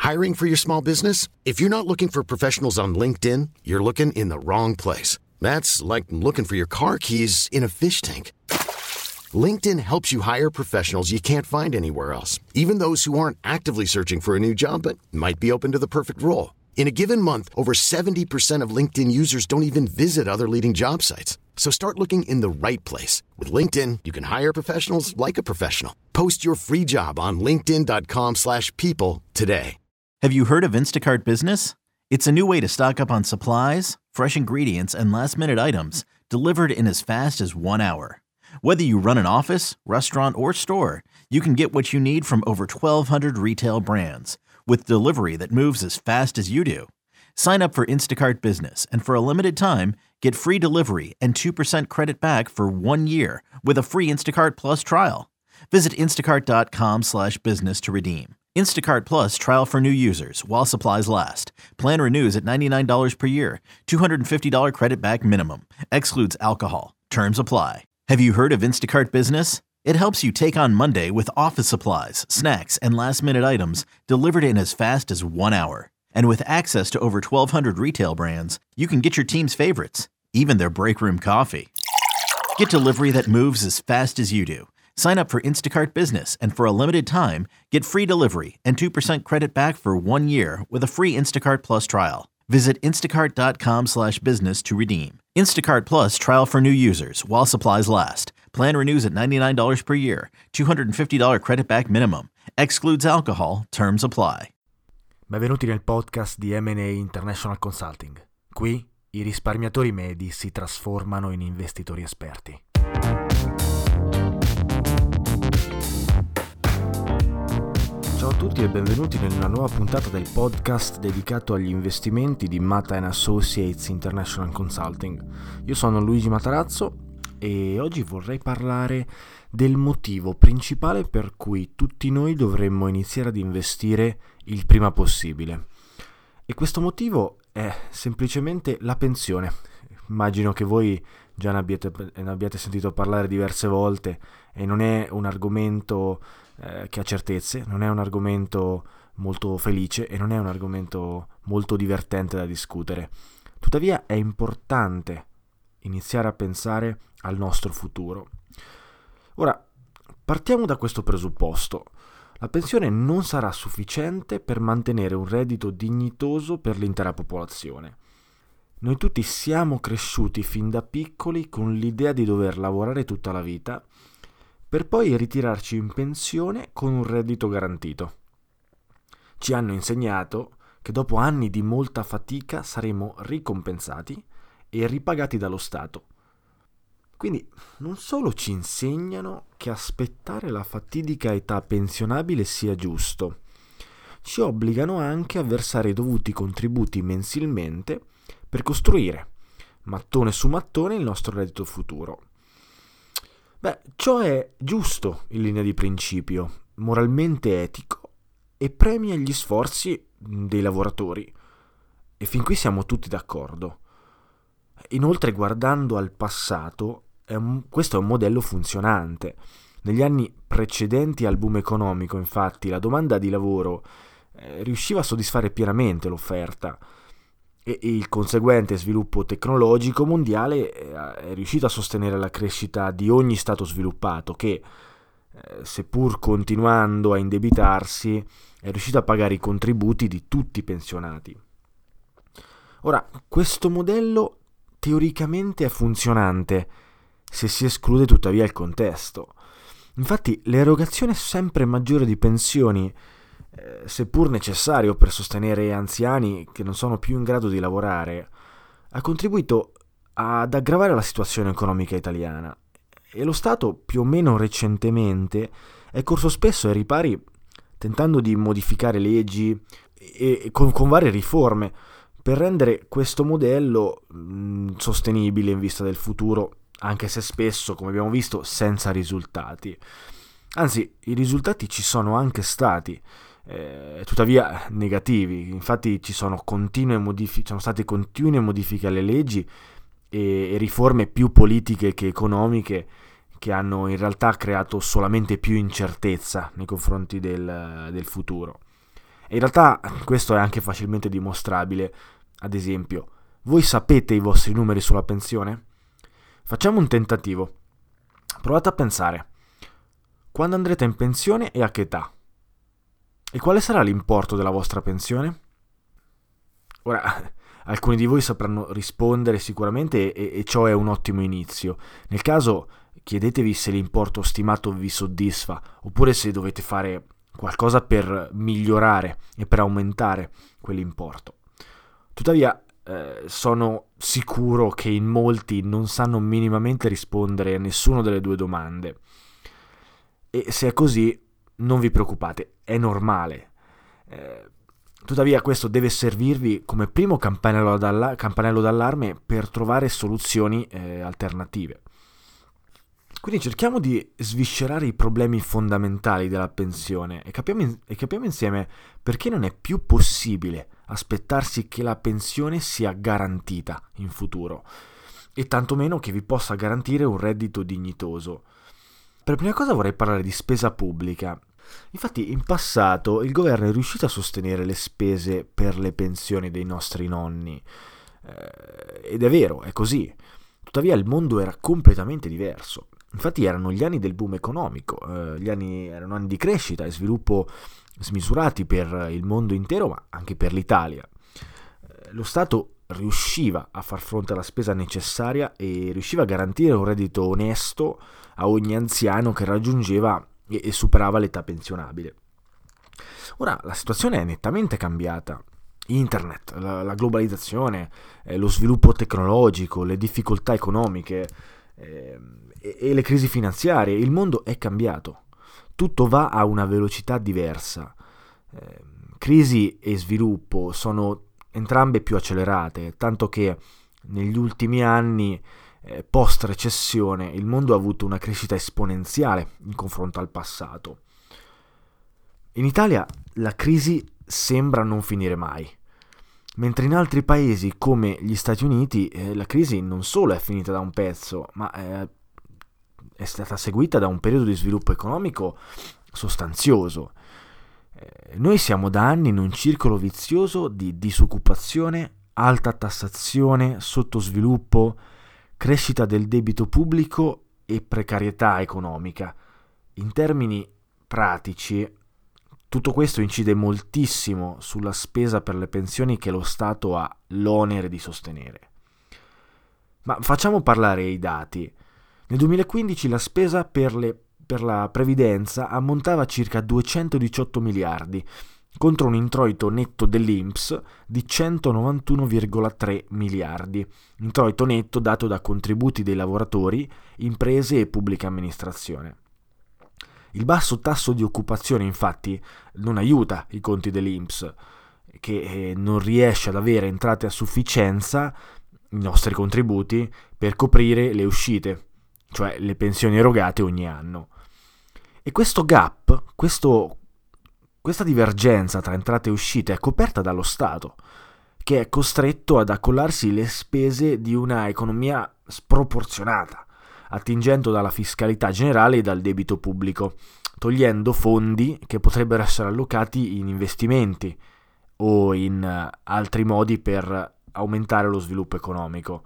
Hiring for your small business? If you're not looking for professionals on LinkedIn, you're looking in the wrong place. That's like looking for your car keys in a fish tank. LinkedIn helps you hire professionals you can't find anywhere else, even those who aren't actively searching for a new job but might be open to the perfect role. In a given month, over 70% of LinkedIn users don't even visit other leading job sites. So start looking in the right place. With LinkedIn, you can hire professionals like a professional. Post your free job on linkedin.com/people today. Have you heard of Instacart Business? It's a new way to stock up on supplies, fresh ingredients, and last-minute items delivered in as fast as 1 hour. Whether you run an office, restaurant, or store, you can get what you need from over 1,200 retail brands with delivery that moves as fast as you do. Sign up for Instacart Business, and for a limited time, get free delivery and 2% credit back for 1 year with a free Instacart Plus trial. Visit instacart.com/business to redeem. Instacart Plus trial for new users while supplies last. Plan renews at $99 per year. $250 credit back minimum. Excludes alcohol. Terms apply. Have you heard of Instacart Business? It helps you take on Monday with office supplies, snacks, and last-minute items delivered in as fast as 1 hour. And with access to over 1,200 retail brands, you can get your team's favorites, even their break room coffee. Get delivery that moves as fast as you do. Sign up for Instacart Business, and for a limited time, get free delivery and 2% credit back for 1 year with a free Instacart Plus trial. Visit instacart.com/business to redeem. Instacart Plus trial for new users while supplies last. Plan renews at $99 per year. $250 credit back minimum. Excludes alcohol. Terms apply. Benvenuti nel podcast di M&A International Consulting. Qui i risparmiatori medi si trasformano in investitori esperti. Ciao a tutti e benvenuti in una nuova puntata del podcast dedicato agli investimenti di Mata & Associates International Consulting. Io sono Luigi Matarazzo e oggi vorrei parlare del motivo principale per cui tutti noi dovremmo iniziare ad investire il prima possibile. E questo motivo è semplicemente la pensione. Immagino che voi già ne abbiate sentito parlare diverse volte e non è un argomento che ha certezze, non è un argomento molto felice e non è un argomento molto divertente da discutere. Tuttavia è importante iniziare a pensare al nostro futuro. Ora, partiamo da questo presupposto. La pensione non sarà sufficiente per mantenere un reddito dignitoso per l'intera popolazione. Noi tutti siamo cresciuti fin da piccoli con l'idea di dover lavorare tutta la vita per poi ritirarci in pensione con un reddito garantito. Ci hanno insegnato che dopo anni di molta fatica saremo ricompensati e ripagati dallo Stato. Quindi non solo ci insegnano che aspettare la fatidica età pensionabile sia giusto, ci obbligano anche a versare i dovuti contributi mensilmente per costruire, mattone su mattone, il nostro reddito futuro. Ciò è giusto in linea di principio, moralmente etico e premia gli sforzi dei lavoratori. E fin qui siamo tutti d'accordo. Inoltre, guardando al passato, questo è un modello funzionante. Negli anni precedenti al boom economico, infatti, la domanda di lavoro riusciva a soddisfare pienamente l'offerta e il conseguente sviluppo tecnologico mondiale è riuscito a sostenere la crescita di ogni stato sviluppato che, seppur continuando a indebitarsi, è riuscito a pagare i contributi di tutti i pensionati. Ora, questo modello teoricamente è funzionante se si esclude tuttavia il contesto. Infatti, l'erogazione sempre maggiore di pensioni, seppur necessario per sostenere anziani che non sono più in grado di lavorare, ha contribuito ad aggravare la situazione economica italiana e lo Stato, più o meno recentemente, è corso spesso ai ripari tentando di modificare leggi e con varie riforme per rendere questo modello sostenibile in vista del futuro, anche se spesso, come abbiamo visto, senza risultati. Anzi, i risultati ci sono anche stati, tuttavia negativi. Infatti ci sono state continue modifiche alle leggi e riforme più politiche che economiche che hanno in realtà creato solamente più incertezza nei confronti del futuro. In realtà questo è anche facilmente dimostrabile. Ad esempio, voi sapete i vostri numeri sulla pensione? Facciamo un tentativo. Provate a pensare. Quando andrete in pensione e a che età? E quale sarà l'importo della vostra pensione? Ora, alcuni di voi sapranno rispondere sicuramente e ciò è un ottimo inizio. Nel caso, chiedetevi se l'importo stimato vi soddisfa, oppure se dovete fare qualcosa per migliorare e per aumentare quell'importo. Tuttavia, sono sicuro che in molti non sanno minimamente rispondere a nessuna delle due domande. E se è così, non vi preoccupate, è normale. Tuttavia questo deve servirvi come primo campanello d'allarme per trovare soluzioni alternative. Quindi cerchiamo di sviscerare i problemi fondamentali della pensione e capiamo insieme perché non è più possibile aspettarsi che la pensione sia garantita in futuro e tantomeno che vi possa garantire un reddito dignitoso. Per prima cosa vorrei parlare di spesa pubblica. Infatti in passato il governo è riuscito a sostenere le spese per le pensioni dei nostri nonni. Ed è vero, è così. Tuttavia il mondo era completamente diverso. Infatti erano gli anni del boom economico, gli anni erano anni di crescita e sviluppo smisurati per il mondo intero, ma anche per l'Italia. Lo Stato riusciva a far fronte alla spesa necessaria e riusciva a garantire un reddito onesto a ogni anziano che raggiungeva e superava l'età pensionabile. Ora la situazione è nettamente cambiata. Internet, la globalizzazione, lo sviluppo tecnologico, le difficoltà economiche e le crisi finanziarie, il mondo è cambiato. Tutto va a una velocità diversa. Crisi e sviluppo sono entrambe più accelerate, tanto che negli ultimi anni post-recessione il mondo ha avuto una crescita esponenziale in confronto al passato. In Italia la crisi sembra non finire mai, mentre in altri paesi come gli Stati Uniti la crisi non solo è finita da un pezzo, ma è stata seguita da un periodo di sviluppo economico sostanzioso. Noi siamo da anni in un circolo vizioso di disoccupazione, alta tassazione, sottosviluppo, crescita del debito pubblico e precarietà economica. In termini pratici, tutto questo incide moltissimo sulla spesa per le pensioni che lo Stato ha l'onere di sostenere. Ma facciamo parlare i dati. Nel 2015 la spesa per la previdenza ammontava a circa 218 miliardi, contro un introito netto dell'INPS di 191,3 miliardi, introito netto dato da contributi dei lavoratori, imprese e pubblica amministrazione. Il basso tasso di occupazione infatti non aiuta i conti dell'INPS, che non riesce ad avere entrate a sufficienza, i nostri contributi, per coprire le uscite, cioè le pensioni erogate ogni anno. E questo gap, questa divergenza tra entrate e uscite è coperta dallo Stato, che è costretto ad accollarsi le spese di una economia sproporzionata, attingendo dalla fiscalità generale e dal debito pubblico, togliendo fondi che potrebbero essere allocati in investimenti o in altri modi per aumentare lo sviluppo economico.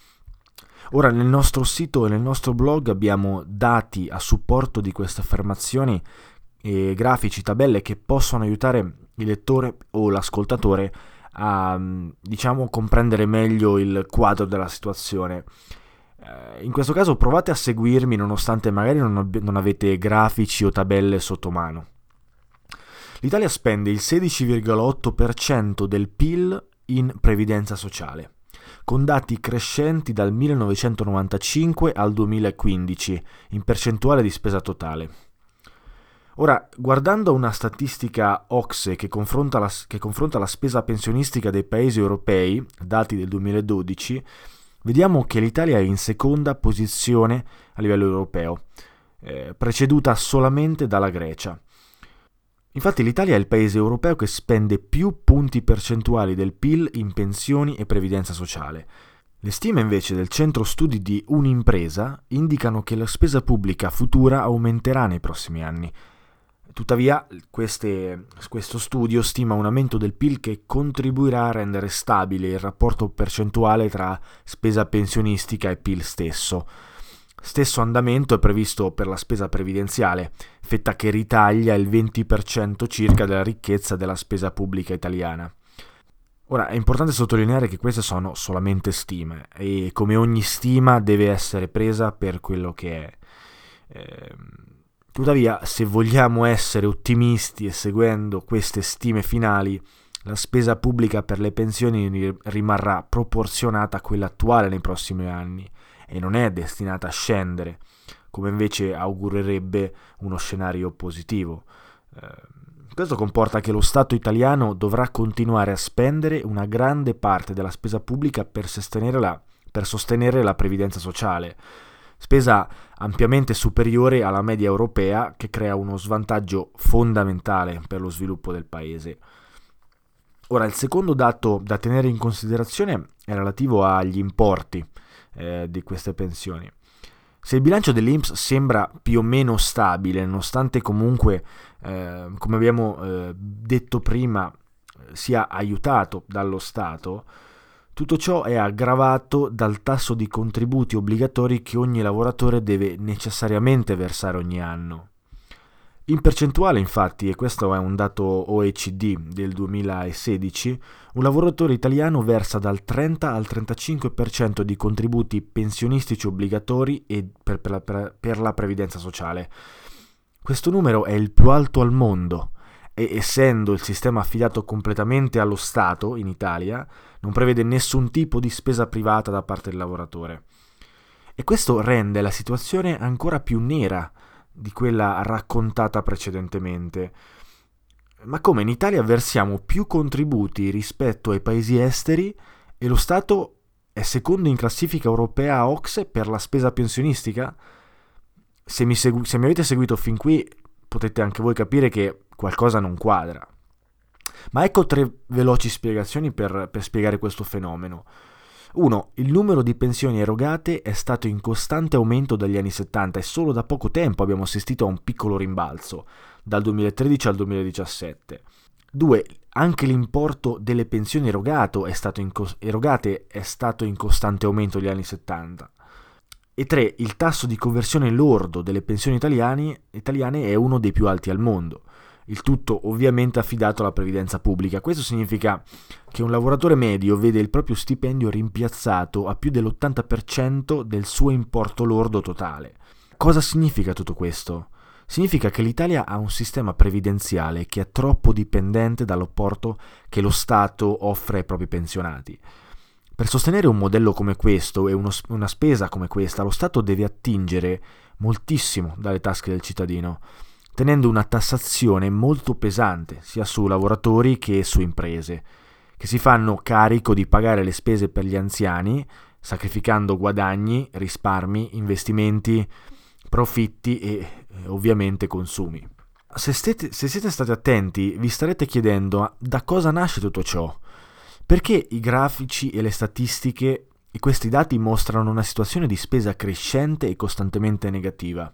Ora nel nostro sito e nel nostro blog abbiamo dati a supporto di queste affermazioni e grafici, tabelle che possono aiutare il lettore o l'ascoltatore a comprendere meglio il quadro della situazione. In questo caso provate a seguirmi nonostante magari non avete grafici o tabelle sotto mano. L'Italia spende il 16,8% del PIL in previdenza sociale, con dati crescenti dal 1995 al 2015 in percentuale di spesa totale. Ora, guardando una statistica OCSE che confronta la spesa pensionistica dei paesi europei, dati del 2012, vediamo che l'Italia è in seconda posizione a livello europeo, preceduta solamente dalla Grecia. Infatti l'Italia è il paese europeo che spende più punti percentuali del PIL in pensioni e previdenza sociale. Le stime invece del centro studi di Unimpresa indicano che la spesa pubblica futura aumenterà nei prossimi anni. Tuttavia, questo studio stima un aumento del PIL che contribuirà a rendere stabile il rapporto percentuale tra spesa pensionistica e PIL stesso. Stesso andamento è previsto per la spesa previdenziale, fetta che ritaglia il 20% circa della ricchezza della spesa pubblica italiana. Ora, è importante sottolineare che queste sono solamente stime e come ogni stima deve essere presa per quello che è. Tuttavia, se vogliamo essere ottimisti e seguendo queste stime finali, la spesa pubblica per le pensioni rimarrà proporzionata a quella attuale nei prossimi anni e non è destinata a scendere, come invece augurerebbe uno scenario positivo. Questo comporta che lo Stato italiano dovrà continuare a spendere una grande parte della spesa pubblica per sostenere la previdenza sociale, spesa ampiamente superiore alla media europea che crea uno svantaggio fondamentale per lo sviluppo del paese. Ora, il secondo dato da tenere in considerazione è relativo agli importi di queste pensioni. Se il bilancio dell'INPS sembra più o meno stabile, nonostante comunque, come abbiamo detto prima, sia aiutato dallo Stato, tutto ciò è aggravato dal tasso di contributi obbligatori che ogni lavoratore deve necessariamente versare ogni anno. In percentuale, infatti, e questo è un dato OECD del 2016, un lavoratore italiano versa dal 30 al 35% di contributi pensionistici obbligatori e per la previdenza sociale. Questo numero è il più alto al mondo e, essendo il sistema affidato completamente allo Stato in Italia, non prevede nessun tipo di spesa privata da parte del lavoratore. E questo rende la situazione ancora più nera di quella raccontata precedentemente. Ma come in Italia versiamo più contributi rispetto ai paesi esteri e lo Stato è secondo in classifica europea OCSE per la spesa pensionistica? Se mi avete seguito fin qui potete anche voi capire che qualcosa non quadra. Ma ecco 3 veloci spiegazioni per spiegare questo fenomeno. 1. Il numero di pensioni erogate è stato in costante aumento dagli anni 70 e solo da poco tempo abbiamo assistito a un piccolo rimbalzo, dal 2013 al 2017. 2. Anche l'importo delle pensioni erogate è stato in costante aumento negli anni 70. E 3. Il tasso di conversione lordo delle pensioni italiane è uno dei più alti al mondo. Il tutto ovviamente affidato alla previdenza pubblica. Questo significa che un lavoratore medio vede il proprio stipendio rimpiazzato a più dell'80% del suo importo lordo totale. Cosa significa tutto questo? Significa che l'Italia ha un sistema previdenziale che è troppo dipendente dall'apporto che lo Stato offre ai propri pensionati. Per sostenere un modello come questo e una spesa come questa, lo Stato deve attingere moltissimo dalle tasche del cittadino, tenendo una tassazione molto pesante sia su lavoratori che su imprese, che si fanno carico di pagare le spese per gli anziani, sacrificando guadagni, risparmi, investimenti, profitti e ovviamente consumi. Se siete stati attenti, vi starete chiedendo da cosa nasce tutto ciò? Perché i grafici e le statistiche e questi dati mostrano una situazione di spesa crescente e costantemente negativa?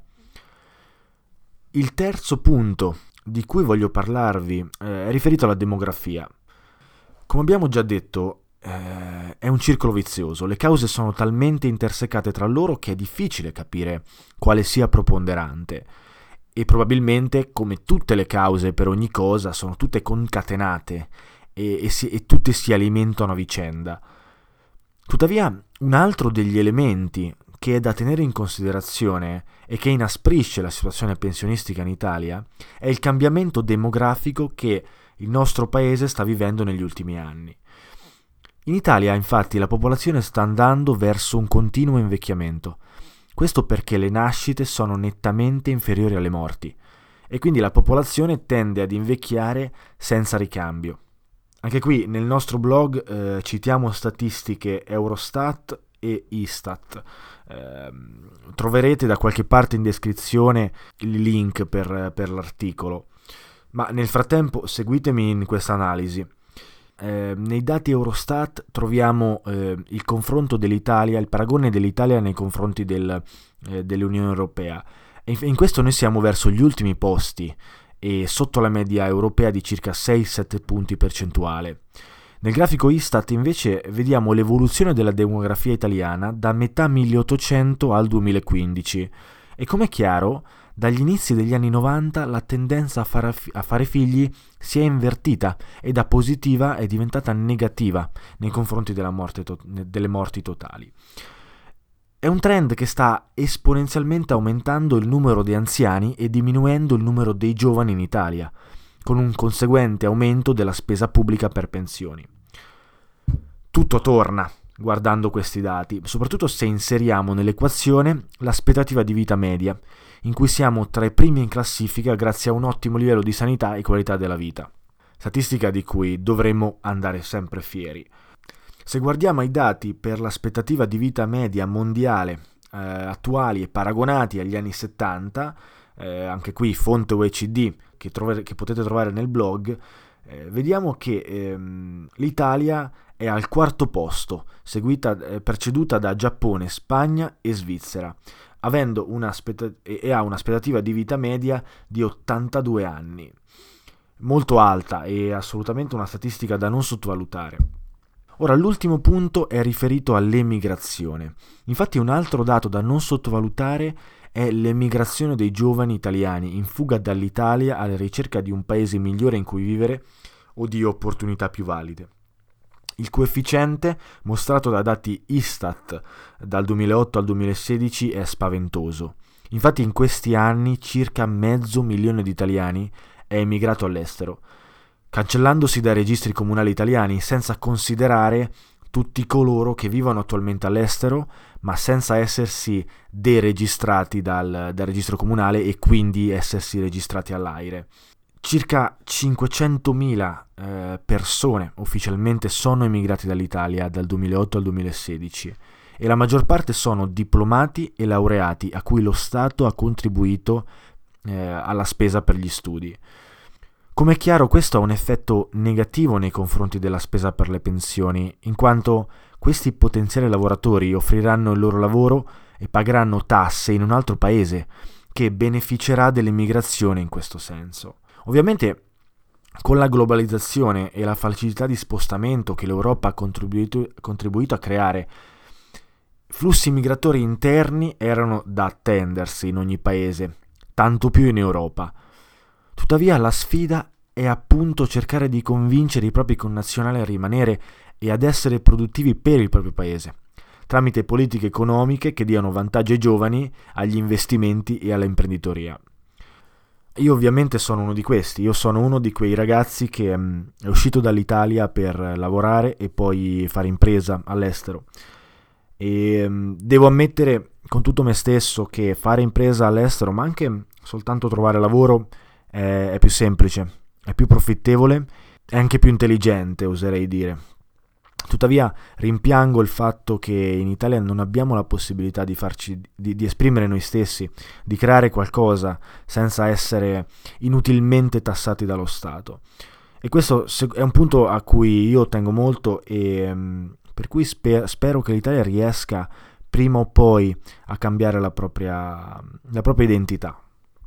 Il terzo punto di cui voglio parlarvi è riferito alla demografia. Come abbiamo già detto, è un circolo vizioso. Le cause sono talmente intersecate tra loro che è difficile capire quale sia preponderante. E probabilmente, come tutte le cause per ogni cosa, sono tutte concatenate e tutte si alimentano a vicenda. Tuttavia, un altro degli elementi che è da tenere in considerazione e che inasprisce la situazione pensionistica in Italia è il cambiamento demografico che il nostro paese sta vivendo negli ultimi anni. In Italia, infatti, la popolazione sta andando verso un continuo invecchiamento. Questo perché le nascite sono nettamente inferiori alle morti e quindi la popolazione tende ad invecchiare senza ricambio. Anche qui nel nostro blog citiamo statistiche Eurostat e Istat. Troverete da qualche parte in descrizione il link per l'articolo, ma nel frattempo seguitemi in questa analisi. Nei dati Eurostat troviamo il confronto dell'Italia, il paragone dell'Italia nei confronti dell'Unione Europea e in questo noi siamo verso gli ultimi posti e sotto la media europea di circa 6-7 punti percentuali. Nel grafico Istat invece vediamo l'evoluzione della demografia italiana da metà 1800 al 2015 e, come è chiaro, dagli inizi degli anni 90 la tendenza a fare figli si è invertita e da positiva è diventata negativa nei confronti delle morti totali. È un trend che sta esponenzialmente aumentando il numero di anziani e diminuendo il numero dei giovani in Italia, con un conseguente aumento della spesa pubblica per pensioni. Tutto torna guardando questi dati, soprattutto se inseriamo nell'equazione l'aspettativa di vita media, in cui siamo tra i primi in classifica grazie a un ottimo livello di sanità e qualità della vita, statistica di cui dovremmo andare sempre fieri. Se guardiamo ai dati per l'aspettativa di vita media mondiale attuali e paragonati agli anni 70, anche qui fonte OECD che potete trovare nel blog, vediamo che l'Italia è al quarto posto, preceduta da Giappone, Spagna e Svizzera, avendo ha un'aspettativa di vita media di 82 anni, molto alta e assolutamente una statistica da non sottovalutare. Ora, l'ultimo punto è riferito all'emigrazione. Infatti un altro dato da non sottovalutare è l'emigrazione dei giovani italiani in fuga dall'Italia alla ricerca di un paese migliore in cui vivere o di opportunità più valide. Il coefficiente mostrato da dati Istat dal 2008 al 2016 è spaventoso. Infatti in questi anni circa 500.000 di italiani è emigrato all'estero, cancellandosi dai registri comunali italiani senza considerare tutti coloro che vivono attualmente all'estero ma senza essersi deregistrati dal registro comunale e quindi essersi registrati all'AIRE. Circa 500.000 persone ufficialmente sono emigrati dall'Italia dal 2008 al 2016 e la maggior parte sono diplomati e laureati a cui lo Stato ha contribuito alla spesa per gli studi. Come è chiaro, questo ha un effetto negativo nei confronti della spesa per le pensioni, in quanto questi potenziali lavoratori offriranno il loro lavoro e pagheranno tasse in un altro paese che beneficerà dell'immigrazione in questo senso. Ovviamente, con la globalizzazione e la facilità di spostamento che l'Europa ha contribuito a creare, flussi migratori interni erano da attendersi in ogni paese, tanto più in Europa. Tuttavia la sfida è appunto cercare di convincere i propri connazionali a rimanere e ad essere produttivi per il proprio paese, tramite politiche economiche che diano vantaggio ai giovani, agli investimenti e all'imprenditoria. Io ovviamente sono uno di questi, io sono uno di quei ragazzi che è uscito dall'Italia per lavorare e poi fare impresa all'estero. E devo ammettere con tutto me stesso che fare impresa all'estero, ma anche soltanto trovare lavoro, è più semplice, è più profittevole, è anche più intelligente, oserei dire. Tuttavia rimpiango il fatto che in Italia non abbiamo la possibilità di esprimere noi stessi, di creare qualcosa senza essere inutilmente tassati dallo Stato. E questo è un punto a cui io tengo molto e per cui spero che l'Italia riesca prima o poi a cambiare la propria identità.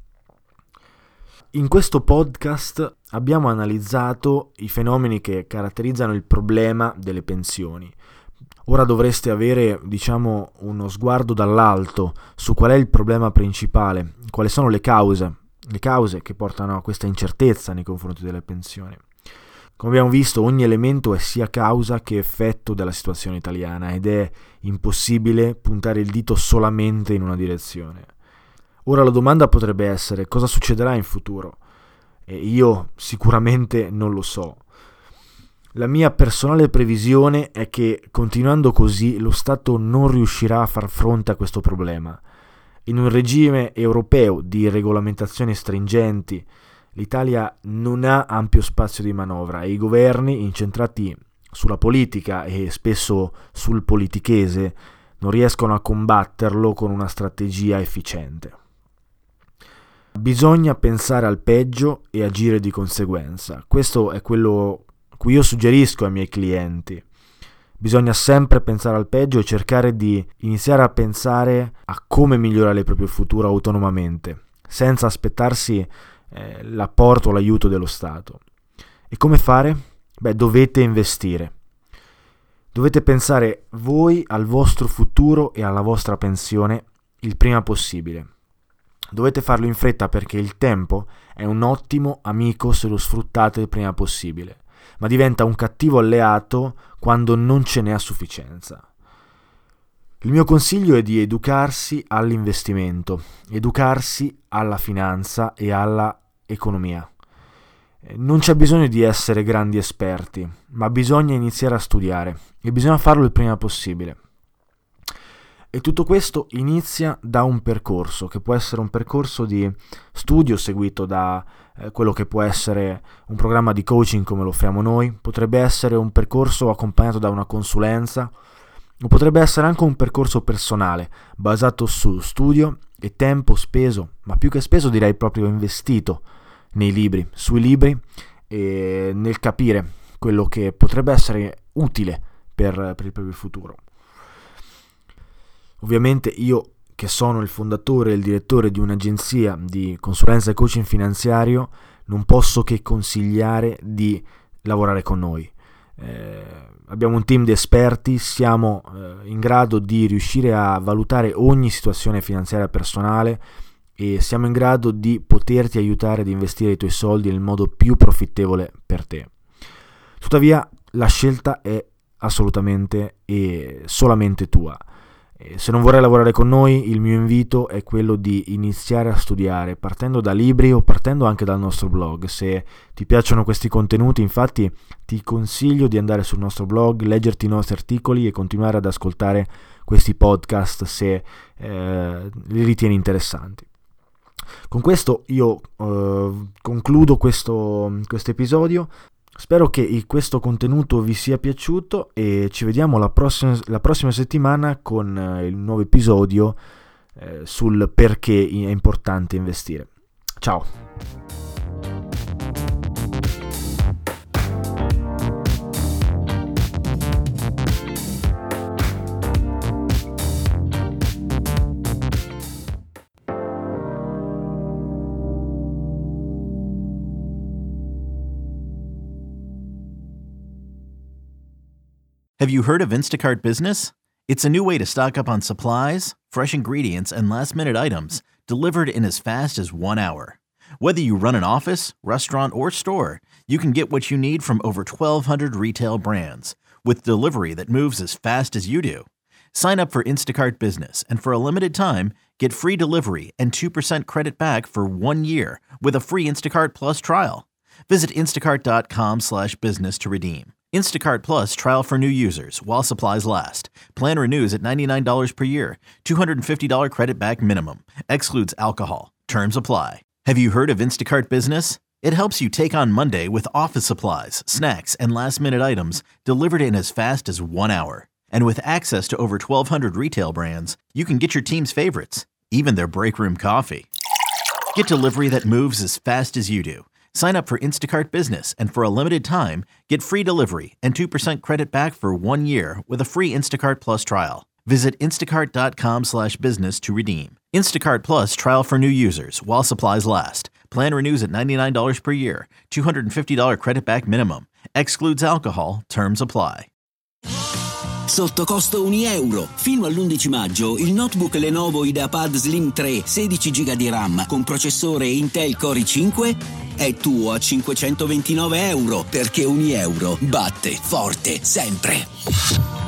In questo podcast abbiamo analizzato i fenomeni che caratterizzano il problema delle pensioni. Ora dovreste avere, uno sguardo dall'alto su qual è il problema principale, quali sono le cause che portano a questa incertezza nei confronti delle pensioni. Come abbiamo visto, ogni elemento è sia causa che effetto della situazione italiana ed è impossibile puntare il dito solamente in una direzione. Ora la domanda potrebbe essere: cosa succederà in futuro? E io sicuramente non lo so. La mia personale previsione è che, continuando così, lo Stato non riuscirà a far fronte a questo problema. In un regime europeo di regolamentazioni stringenti, l'Italia non ha ampio spazio di manovra e i governi, incentrati sulla politica e spesso sul politichese, non riescono a combatterlo con una strategia efficiente. Bisogna pensare al peggio e agire di conseguenza. Questo è quello cui io suggerisco ai miei clienti. Bisogna sempre pensare al peggio e cercare di iniziare a pensare a come migliorare il proprio futuro autonomamente, senza aspettarsi l'apporto o l'aiuto dello Stato. E come fare? Dovete investire. Dovete pensare voi al vostro futuro e alla vostra pensione il prima possibile. Dovete farlo in fretta perché il tempo è un ottimo amico se lo sfruttate il prima possibile, ma diventa un cattivo alleato quando non ce n'è a sufficienza. Il mio consiglio è di educarsi all'investimento, educarsi alla finanza e alla economia. Non c'è bisogno di essere grandi esperti, ma bisogna iniziare a studiare e bisogna farlo il prima possibile. E tutto questo inizia da un percorso, che può essere un percorso di studio seguito da quello che può essere un programma di coaching come lo offriamo noi, potrebbe essere un percorso accompagnato da una consulenza, o potrebbe essere anche un percorso personale, basato su studio e tempo speso, ma più che speso direi proprio investito nei libri, sui libri e nel capire quello che potrebbe essere utile per il proprio futuro. Ovviamente io, che sono il fondatore e il direttore di un'agenzia di consulenza e coaching finanziario, non posso che consigliare di lavorare con noi. Abbiamo un team di esperti, siamo in grado di riuscire a valutare ogni situazione finanziaria personale e siamo in grado di poterti aiutare ad investire i tuoi soldi nel modo più profittevole per te. Tuttavia la scelta è assolutamente e solamente tua. Se non vorrai lavorare con noi, il mio invito è quello di iniziare a studiare partendo da libri o partendo anche dal nostro blog. Se ti piacciono questi contenuti, infatti, ti consiglio di andare sul nostro blog, leggerti i nostri articoli e continuare ad ascoltare questi podcast se li ritieni interessanti. Con questo io concludo questo episodio. Spero che questo contenuto vi sia piaciuto e ci vediamo la prossima settimana con il nuovo episodio sul perché è importante investire. Ciao! Have you heard of Instacart Business? It's a new way to stock up on supplies, fresh ingredients, and last-minute items delivered in as fast as 1 hour. Whether you run an office, restaurant, or store, you can get what you need from over 1,200 retail brands with delivery that moves as fast as you do. Sign up for Instacart Business, and for a limited time, get free delivery and 2% credit back for 1 year with a free Instacart Plus trial. Visit instacart.com/business to redeem. Instacart Plus trial for new users while supplies last. Plan renews at $99 per year. $250 credit back minimum. Excludes alcohol. Terms apply. Have you heard of Instacart Business? It helps you take on Monday with office supplies, snacks, and last-minute items delivered in as fast as 1 hour. And with access to over 1,200 retail brands, you can get your team's favorites, even their break room coffee. Get delivery that moves as fast as you do. Sign up for Instacart Business, and for a limited time, get free delivery and 2% credit back for 1 year with a free Instacart Plus trial. Visit instacart.com/business to redeem. Instacart Plus trial for new users while supplies last. Plan renews at $99 per year. $250 credit back minimum. Excludes alcohol. Terms apply. Sotto costo €1. Fino all'11 maggio il notebook Lenovo IdeaPad Slim 3 16 GB di RAM con processore Intel Core i5 è tuo a €529 perché €1 batte forte sempre.